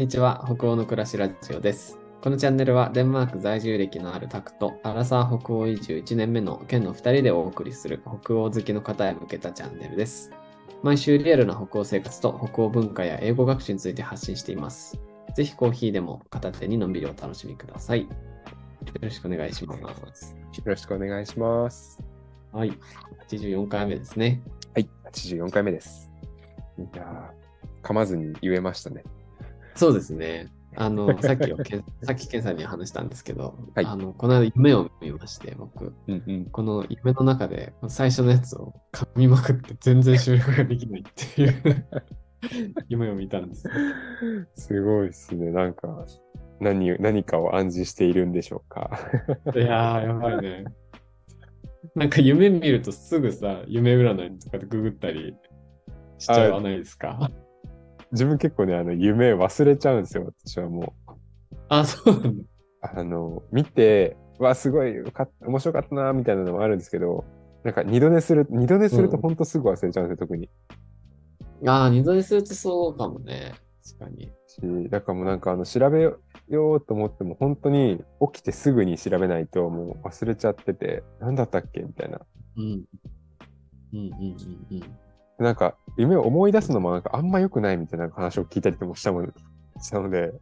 にちは。北欧の暮らしラジオです。このチャンネルはデンマーク在住歴のあるタクとアラサー北欧移住1年目の県の2人でお送りする北欧好きの方へ向けたチャンネルです。毎週リアルな北欧生活と北欧文化や英語学習について発信しています。ぜひコーヒーでも片手にのんびりお楽しみください。よろしくお願いします。 よろしくお願いします。 はい。84回目ですね。 はい、84回目です。いやー、噛まずに言えましたね。 そうですね。さっきケンさんに話したんですけど、 はい。 この間夢を見まして、僕、この夢の中で最初のやつを噛みまくって全然収録ができないっていう夢を見たんです。 すごいですね。なんか何かを暗示しているんでしょうか。 いやー、やばいね。なんか夢見るとすぐさ、夢占いとかでググったりしちゃわないですか？ 自分結構ね、夢忘れちゃうんですよ、私はもう。 あ、そうなんだ。 見て、すごい面白かったな、みたいなのもあるんですけど、なんか二度寝するとほんとすぐ忘れちゃうんですよ、特に。 ああ、二度寝するとそうかもね。確かに。 だからもうなんか調べようと思っても本当に起きてすぐに調べないともう忘れちゃってて、何だったっけみたいな。 うん。うんうんうんうん。 なんか夢を思い出すのもなんかあんま良くないみたいな話を聞いたりともしたので、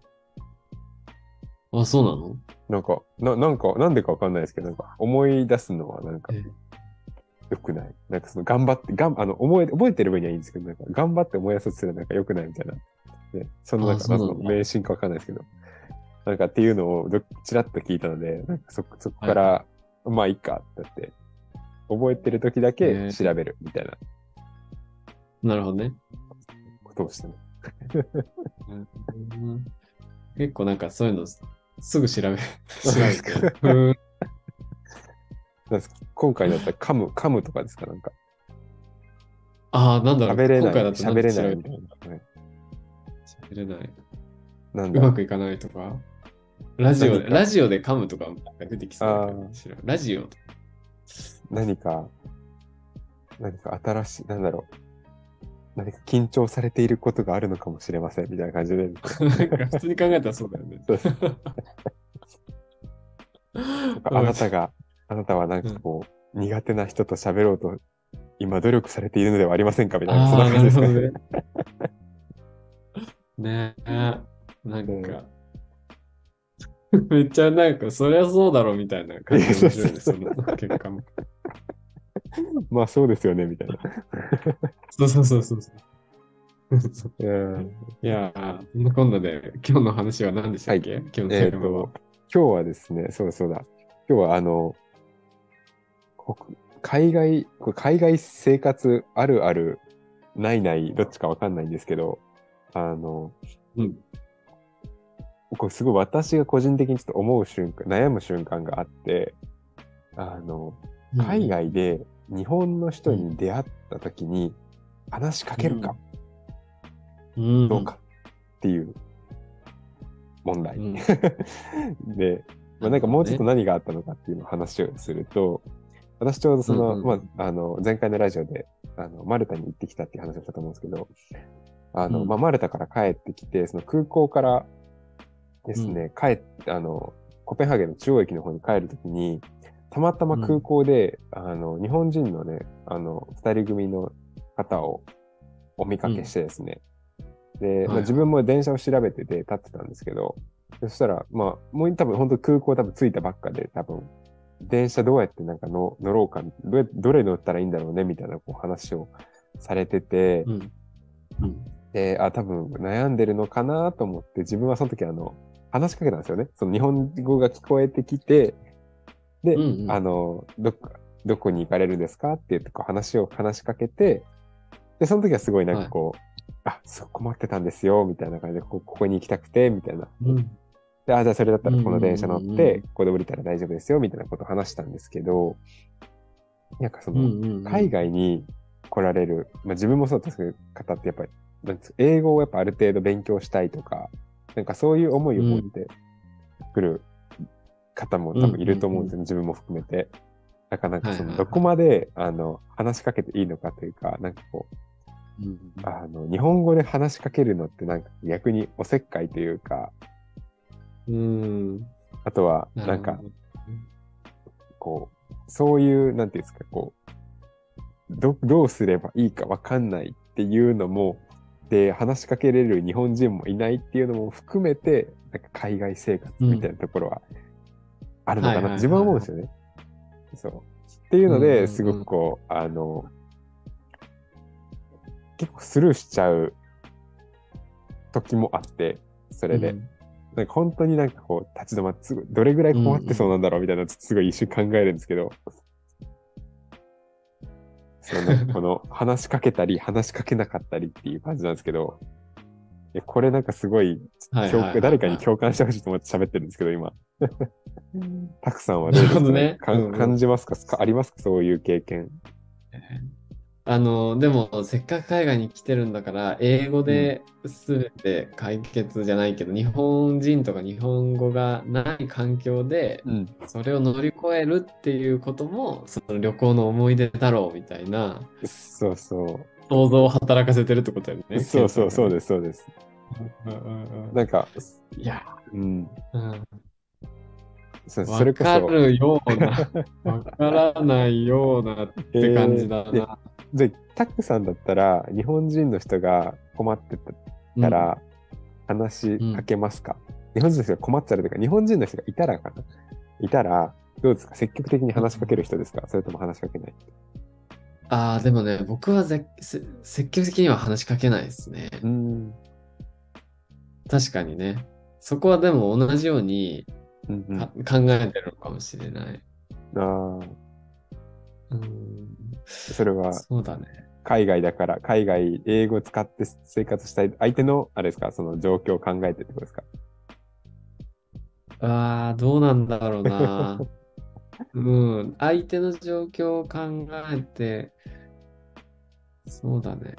あ、そうなの？ なんでかわかんないですけど、なんか思い出すのはなんか良くない。なんかその頑張って、覚えてる分にはいいんですけど、なんか頑張って思い出すとするなんか良くないみたいな。で、そのなんか謎の迷信かわかんないですけど、なんかっていうのをちらっと聞いたので、なんかそこから、まあいいかってなって、覚えてる時だけ調べるみたいななるほどね。 ことをしてね。 結構なんかそういうのすぐ調べて。 なんですか今回だったら噛むとかですかなんか。 ああ、なんだろう。 喋れない、 今回だとなん喋れて調べてないみたいな。はい、 喋れない。 なんだうまくいかないとか。ラジオで噛むとか出てきそうだけど、ラジオ。 何か新しい、なんだろう。何か緊張されていることがあるのかもしれませんみたいな感じで。 なんか普通に考えたらそうだよね。 あなたはなんかこう、苦手な人と喋ろうと今努力されているのではありませんかみたいな、そんな感じですね。 ねえ、なんか、めっちゃなんか、そりゃそうだろうみたいな感じで面白いね、その結果も。 まあそうですよね、みたいな。 そう。いやー、そんなこんなで、今日の話は何でしたっけ？今日のテーマは。 今日はですね、そうだ。今日は海外生活あるある、ない、どっちかわかんないんですけど、これすごい私が個人的にちょっと悩む瞬間があって、海外で日本の人に出会った時に話しかけるか、どうかっていう問題。で、なんかもうちょっと何があったのかっていうのを話をすると、私ちょうどその、前回のラジオで、マルタに行ってきたっていう話をしたと思うんですけど、マルタから帰ってきて、その空港からですね、コペンハーゲンの中央駅の方に帰るときに、たまたま空港で、日本人のね、二人組の方をお見かけしてですね、で、自分も電車を調べてて立ってたんですけど、そしたら、もう多分本当空港着いたばっかで、多分、電車どうやってなんか乗ろうか、どれ乗ったらいいんだろうね、みたいなこう話をされてて、で、多分悩んでるのかなと思って、自分はその時話しかけたんですよね。その日本語が聞こえてきて、で、どこに行かれるんですかっていう話しかけて、で、その時はすごいなんかこう、困ってたんですよ、みたいな感じで、ここに行きたくて、みたいな。で、じゃあそれだったらこの電車乗って、ここで降りたら大丈夫ですよ、みたいなことを話したんですけど、なんかその、海外に来られる、自分もそうだった方ってやっぱり、英語をやっぱある程度勉強したいとか、なんかそういう思いを持ってくる方も多分いると思うんですよね、自分も含めて。だからなんかその、どこまで、話しかけていいのかというか、なんかこう、 日本語で話しかけるのってなんか逆におせっかいというか、あとはなんか、こう、そういう、なんていうんですか、こう、どうすればいいかわかんないっていうのも、で、話しかけれる日本人もいないっていうのも含めて、なんか海外生活みたいなところはあるのかなって自分は思うんですよね。そう。っていうので、すごくこう、結構スルーしちゃう時もあって、それで。なんか本当になんかこう、立ち止まって、どれぐらい困ってそうなんだろうみたいな、すごい一瞬考えるんですけど、そうなんかこの話しかけたり、話しかけなかったりっていう感じなんですけど、これなんかすごい、誰かに共感してほしいと思って喋ってるんですけど、今。たくさんはどうですかね。感じますか、ありますかそういう経験。 でも、せっかく海外に来てるんだから、英語で全て解決じゃないけど、日本人とか日本語がない環境で、それを乗り越えるっていうことも、その旅行の思い出だろうみたいな、 そうそう。 想像を働かせてるってことだよね。 そうそう、そうです、そうです。なんか、 いや、 それこそ。 わかるような、わからないようなって感じだな。 じゃあ、タックさんだったら、日本人の人が困ってたら、話しかけますか、日本人の人が困ってたらというか、日本人の人がいたらかな、いたら、どうですか、積極的に話しかける人ですか、それとも話しかけない？ でもね、僕は積極的には話しかけないですね。確かにね。そこはでも同じように、考えてるのかもしれない。 それは、 そうだね。 海外だから、海外、英語を使って生活したい、相手の、あれですか、その状況を考えてってことですか？ どうなんだろうな。相手の状況を考えて、そうだね。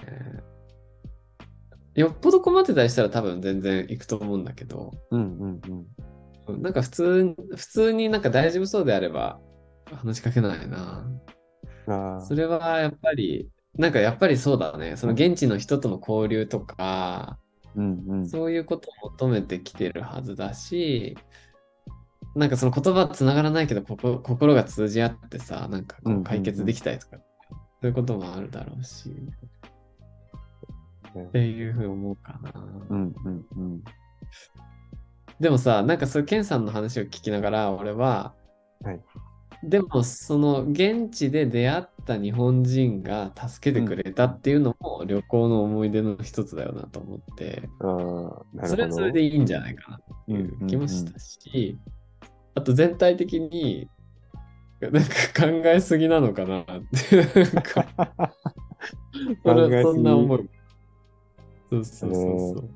よっぽど困ってたりしたら多分全然行くと思うんだけど、なんか普通になんか大丈夫そうであれば話しかけないな。それはやっぱり、なんかやっぱりそうだね。その現地の人との交流とか、そういうことを求めてきてるはずだし、なんかその言葉つながらないけど、心が通じ合ってさ、なんかこう解決できたりとか、そういうこともあるだろうし、っていうふうに思うかな。でもさ、なんかそういうケンさんの話を聞きながら、俺は、でもその現地で出会った日本人が助けてくれたっていうのも旅行の思い出の一つだよなと思って、それはそれでいいんじゃないかなっていう気もしたし、あと全体的になんか考えすぎなのかなってなんかそんな思い。そう。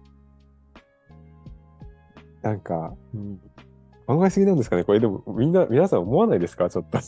なんか、考えすぎなんですかねこれ。でも皆さん思わないですかちょっと。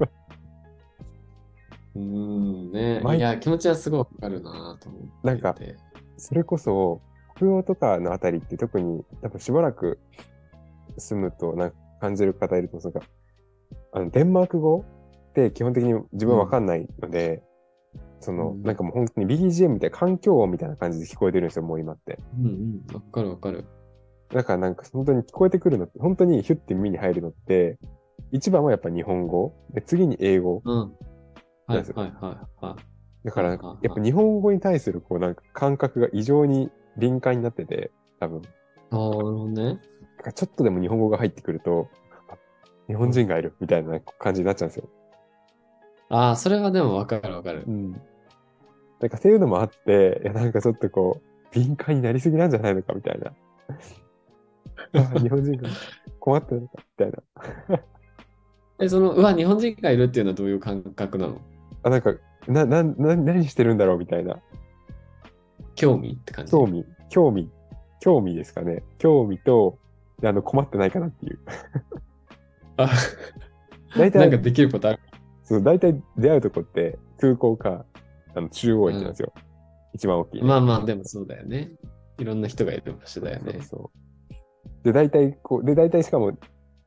ね。いや、気持ちはすごくわかるなと思って。 なんか、それこそ、北欧とかのあたりって特に、多分しばらく住むとなんか感じる方いると思うんですが、デンマーク語って基本的に自分はわかんないので、なんかもう本当に BGM みたいな環境音みたいな感じで聞こえてるんですよ、もう今って。 わかる。 だからなんか本当に聞こえてくるのって、本当にヒュッて耳に入るのって、一番はやっぱ日本語、で次に英語。だからなんか、やっぱ日本語に対するこうなんか感覚が異常に敏感になってて、多分。 なるほどね。 ちょっとでも日本語が入ってくると、日本人がいるみたいな感じになっちゃうんですよ。それはでもわかる。 なんかそういうのもあって、いやなんかちょっとこう、敏感になりすぎなんじゃないのかみたいな。日本人が困ってるのかみたいな。日本人がいるっていうのはどういう感覚なの？ なんか、何してるんだろうみたいな。 興味って感じ？ 興味ですかね。興味と、困ってないかなっていう。 大体なんかできることある？ そう、大体出会うとこって空港か、中央駅なんですよ。一番大きい、 まあ、でもそうだよね。いろんな人がいる場所だよね。 で、大体しかも、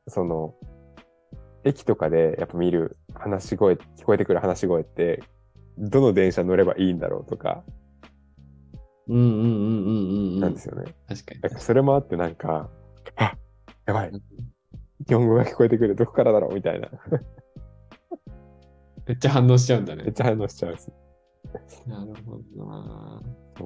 駅とかでやっぱ見る聞こえてくる話し声って、どの電車乗ればいいんだろうとか、 うんうんうんうんうんうん。 なんですよね。 確かに。 だからそれもあってなんか、あ、やばい、日本語が聞こえてくる、どこからだろうみたいな。 めっちゃ反応しちゃうんだね。 めっちゃ反応しちゃうんです。 なるほどな。 そう。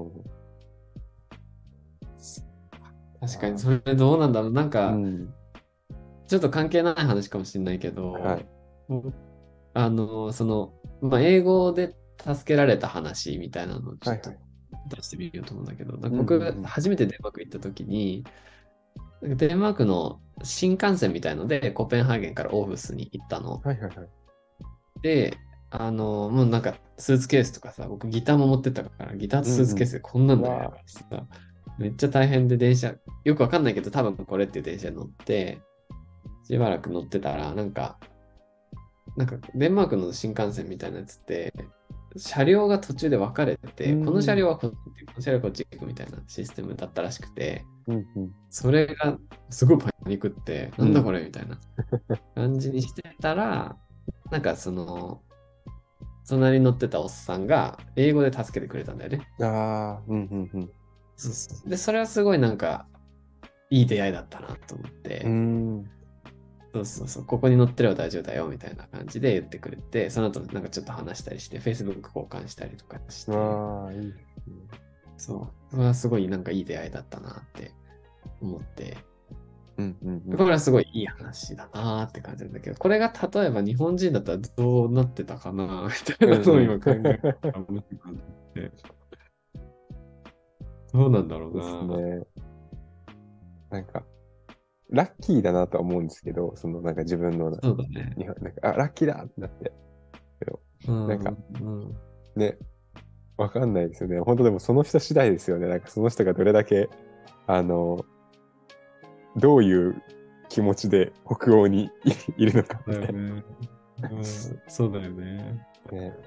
確かに、それどうなんだろう。なんか、 うん。 ちょっと関係ない話かもしれないけど、 はい。 まあ、英語で助けられた話みたいなのをちょっとはいはい。 出してみようと思うんだけど、なんうんうんか僕、 うん。 初めてデンマーク行った時に、デンマークの新幹線みたいので、コペンハーゲンからオーフスに行ったの。 はいはいはい。 で、もうなんか、スーツケースとかさ、僕ギターも持ってったから、ギターとスーツケースうんでこんなんだようん。 さ、めっちゃ大変で電車、よくわかんないけど、多分これっていう電車に乗って、しばらく乗ってたら、なんかデンマークの新幹線みたいなやつって、車両が途中で分かれてうて、この車ん両はこっち、この車両はこっち行くみたいなシステムだったらしくて、 うんうん。 それがすごいパニックって、なんだうん。 これみたいな感じにしてたら、なんか隣に乗ってたおっさんが英語で助けてくれたんだよね。 ああ、うんうんうん。 そうそう。で、それはすごいなんか、いい出会いだったなと思っうーて、 ん。 そうそうそう、ここに乗ってれば大丈夫だよみたいな感じで言ってくれて、その後なんかちょっと話したりして、Facebook 交換したりとかして、 ああ、いいですね。 そう、それはすごいなんかいい出会いだったなって思って、 うんうんうん。 これはすごいいい話だなって感じなんだけど、これが例えば日本人だったらどうなってたかなみたいなのをうんうん。 今考えてた面白くなって、どうなんだろうですな。 ね。なんか、ラッキーだなとは思うんですけど、そのなんか自分のそうだね。 日本、なんか、あ、ラッキーだってなって。けど、 うん、 なんかうん。 ね、わかんないですよね。本当でもその人次第ですよね。なんかその人がどれだけ、あの、どういう気持ちで北欧にいるのかみたいだよね。うん、そうだよね。 な。ね。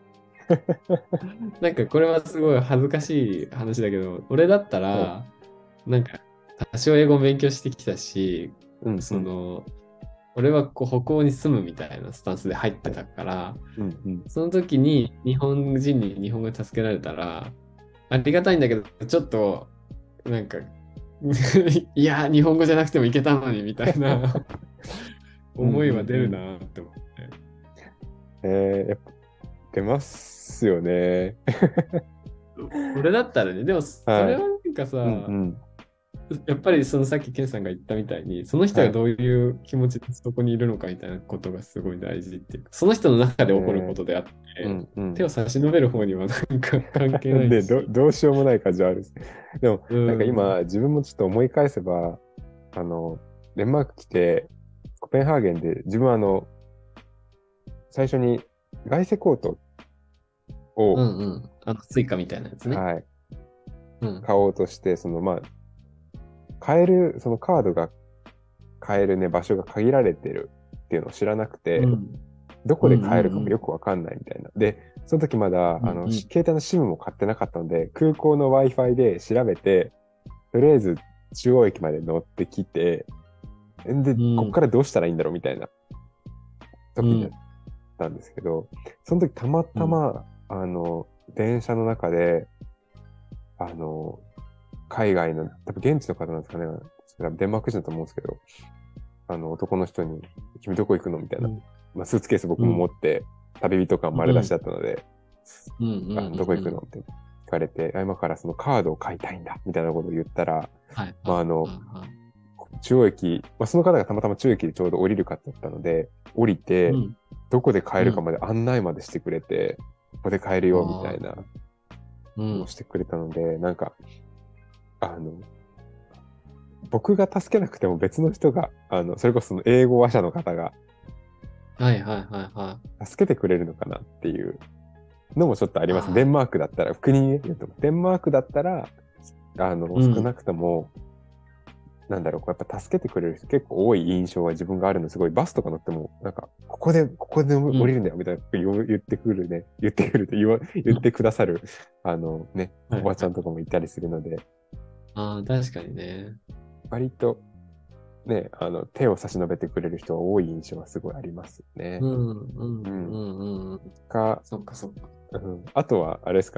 なんかこれはすごい恥ずかしい話だけど、俺だったはい。 ら、なんか多少英語を勉強してきたし、 うんうん。 その、俺はこう北欧に住むみたいなスタンスで入ってはい。 たから、 うんうん。 その時に日本人に日本語で助けられたら、ありがたいんだけど、ちょっと、なんかいや、日本語じゃなくてもいけたのにみたいなうん思いは出るうんうん。 なって思って。 やっぱ出ますよね。 俺だったらね、でもそはい。 れはなんかうんうさ、 ん。 やっぱりそのさっきケンさんが言ったみたいに、その人はい。 がどういう気持ちでそこにいるのかみたいなことがすごい大事っていうか、その人の中で起こるこね。 とであっうて、 んうん。 手を差し伸べる方にはなんか関係ないで、 し。 どうしようもない感じはあるです。でも、 うなんかん。 今、自分もちょっと思い返せば、あの、デンマーク来て、コペンハーゲンで、自分は最初に外セコートを、 うんうん。スイカみたいなやつね。 はい、 うん。 買おうとして、まあ、買える、そのカードが買えるね、場所が限られてるっていうのを知らなくて、 うん。 どこうんうで買えるかもんよくわかんないみたいな。で、その時まだ、 うん。うんうん。 携帯の SIM も買ってなかったので、空港の Wi-Fi で調べて、とりあえず中央駅まで乗ってきて、で、こっからどうしたらいいんだろうみたいな時だっうん。 たんですけど、その時たまうん。 たま、電車の中で、あの、海外の、多分現地の方なんですかね、デンマーク人だと思うんですけど、男の人に、君どこ行くのみたいな。 うん。 まあ、スーツケース僕も持うん。 って、旅人感うん。 丸出しだったので、 うん。うん。 どこうん。 行くのって聞かれて、今からそのカードを買いたいんだ、みたいなことを言ったら、 はい。 まあ、 はい。はい。 中央駅、まあ、その方がたまたま中央駅でちょうど降りるかだったので、降りて、 うん。 どこで買えうん。 るかまで案内までしてくれて、ここで買えるよ、みたああ。 いなうん。 のをしてくれたので、なんか、あの、僕が助けなくても別の人が、それこそその英語話者の方がはい。はい。はい。はい。 助けてくれるのかなっていうのもちょっとあります。デああ。 ンマークだったら、国にね、デンマークだったら、少なうん。 くとも、なんだろう、こうやっぱ助けてくれる人結構多い印象が自分があるの、すごいバスとか乗っても、なんか、ここでうん。 降りるんだよ、みたいな言ってくるね、言ってくださる、おはい。はい。 ばちゃんとかもいたりするので、 ああ、確かにね。 割とね、手を差し伸べてくれる人が多い印象はすごいありますね。 うん。うん。 うん。 うん。うん。 か、 そっかそっか。 うん、あとは、あれですかね。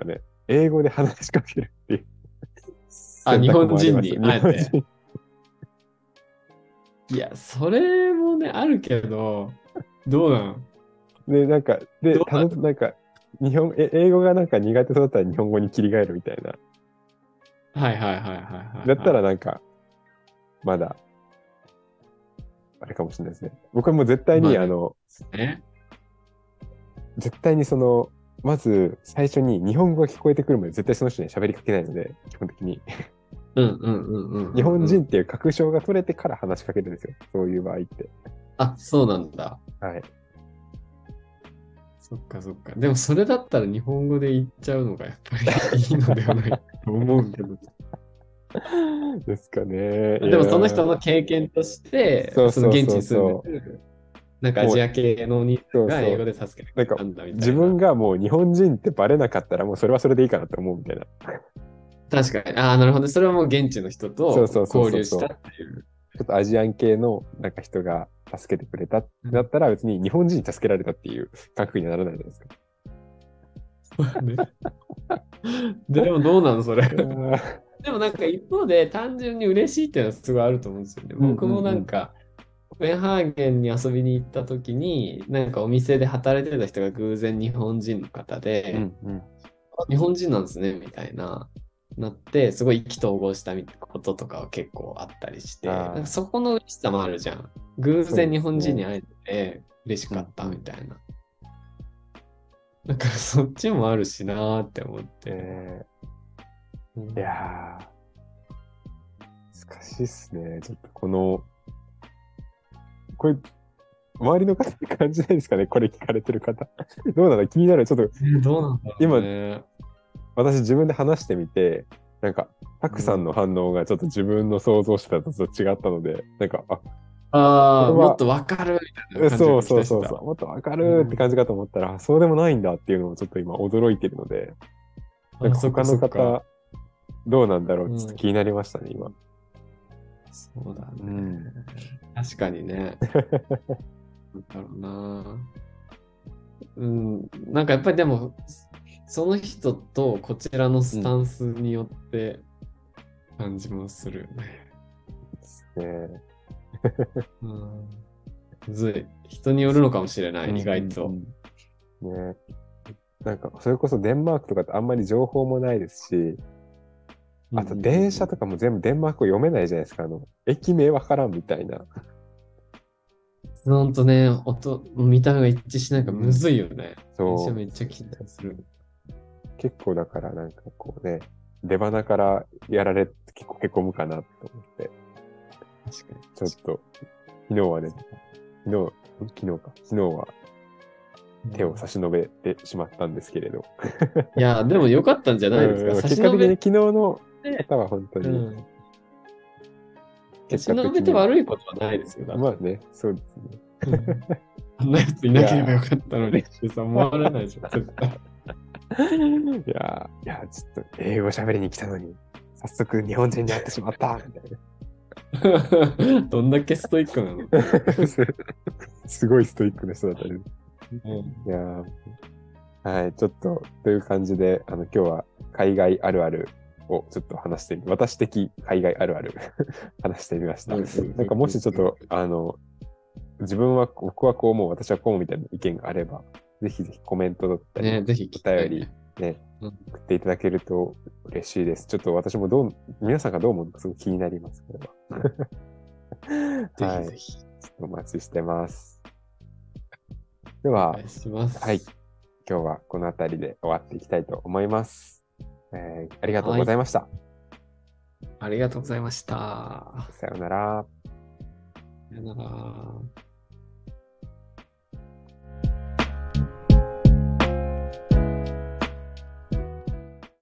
英語で話しかけるっていうあ、日選択本人もありました。 に、あえて。 日本人。 いや、それもね、あるけど、どうなんで、なんか、で、 どうなんなんか、英語がなんか苦手そうだったら日本語に切り替えるみたいな。 はいはいはいはいはい、 だったらはなんか、まだ、あれかもしれないですね。僕はもう絶い。 対に、 まあね。ね。 絶対にまず最初に日本語が聞こえてくるまで絶対その人には喋りかけないので、基本的に。 うんうんうんうん日うんうん。 本人っていう確証が取れてから話しかけるんですよ。そういう場合って。 あ、そうなんだ。 はい。 そっかそっか。でもそれだったら日本語で言っちゃうのがやっぱりいいのではないと思うけど。 ですかね。いでもそのやー、 人の経験として、そのそうそうそ現地に住んでうそる、なんかアう。もう、 ジア系のお兄さんが英そうそう。 語で助けてくなんか、 れたんだみた自いな。 分がもう日本人ってバレなかったらもうそれはそれでいいかなって思うみたいな。 確かに。ああ、なるほど。それはもう現地の人とそうそうそう交流したそうそう。 っていう。 ちょっとアジアン系のなんか人が助けてくれたってうん。 なったら別に日本人に助けられたっていう感覚にはならないじゃないですか。 まあね。でもどうなのそれ。 うんでもなんか一方で単純に嬉しいっていうのはすごいあると思うんですよね。 うん僕もなんうん。 か、コペンハーゲンに遊びに行った時に、なんかお店で働いてた人が偶然日本人の方で、 うんうん。 あ日本人なんですね、みたいな、なって、すごい意気投合したこととかは結構あったりして、なんかああ、 そこの嬉しさもあるじゃん。偶そう然日ですね。 本人に会えて嬉しかったうんうん。 みたいな。だからそっちもあるしなーって思って。 えいうん、 やー、難しいっすね。ちょっとこれ、周りの方感じないですかねこれ聞かれてる方。どうなの気になる。ちょっと、 どうなんだろう今、 ね。 私自分で話してみて、なんか、たくさんのうん、 反応がちょっと自分の想像してたのと違ったので、なんか、あ、こああ、もっれは、 とわかるみたいな感じそうが期そうそうそう、 待してた。 もっとわかうん。 るって感じかと思ったら、そうでもないんだっていうのをちょっと今驚いてるので、なんあ、そっかか他のそっか。 方、どうなんだろううん。 ちょっと気になりましたね、今。 そうだね。 うん。 確かにね。なんだろうな。うん。なんかやっぱりでも、その人とこちらのうん。 スタンスによって感じもするよね。 ねうん。むずい。人によるのかもしれない、意うんうん外と。 うん。ねなんか、それこそデンマークとかってあんまり情報もないですし、 うんうんあと電車うんとかも全部デンマーク語読めないじゃないですか。駅名わからんみたいな。 うん。ほんとね、見た目が一致しないからむうん。 ずいよね。電車そうめっちゃ緊張する。 結構だからなんかこうね、出花からやられて結構むかなと思って、 確かに。 ちょっと、昨日はね、昨日は手を差し伸べてしまったんですけれど。 いや、でも良かったんじゃないですか。 うん、 差結果的にし伸べ昨日のて、 方は本当にうん。差結し伸べて果的に、 悪いことはないですよ。だって。 まあね、そうですね。 うん。あんなやついいなければよやかったのにってさ、思われないでしょ、絶対。 いや、ちょっと英語喋りに来たのに、早速日本人に会ってしまった、みたいどんだけストイックなの。 な。すごいストイックな人だったね。 うん。 いやはい、ちょっと、という感じで、今日は海外あるあるをちょっと話してみ、私的海外あるある話してみました。なんかもしちょっと、僕はこう思う、私はこう思うみたいな意見があれば、ぜひぜひコメントだったり、 ね、ぜひ聞おきた便りいね。 ね、 うん。 送っていただけると嬉しいです。ちょっと私も皆さんがどう思うのかすごい気になります、これは。 ぜはい。 ひぜひ、 ちょっとお待ちしてます。では、 お願いしまはい。 す。 今日はこの辺りで終わっていきたいと思います。ありがとうはい。 ございました。 ありがとうございました。 さようなら。 さよなら。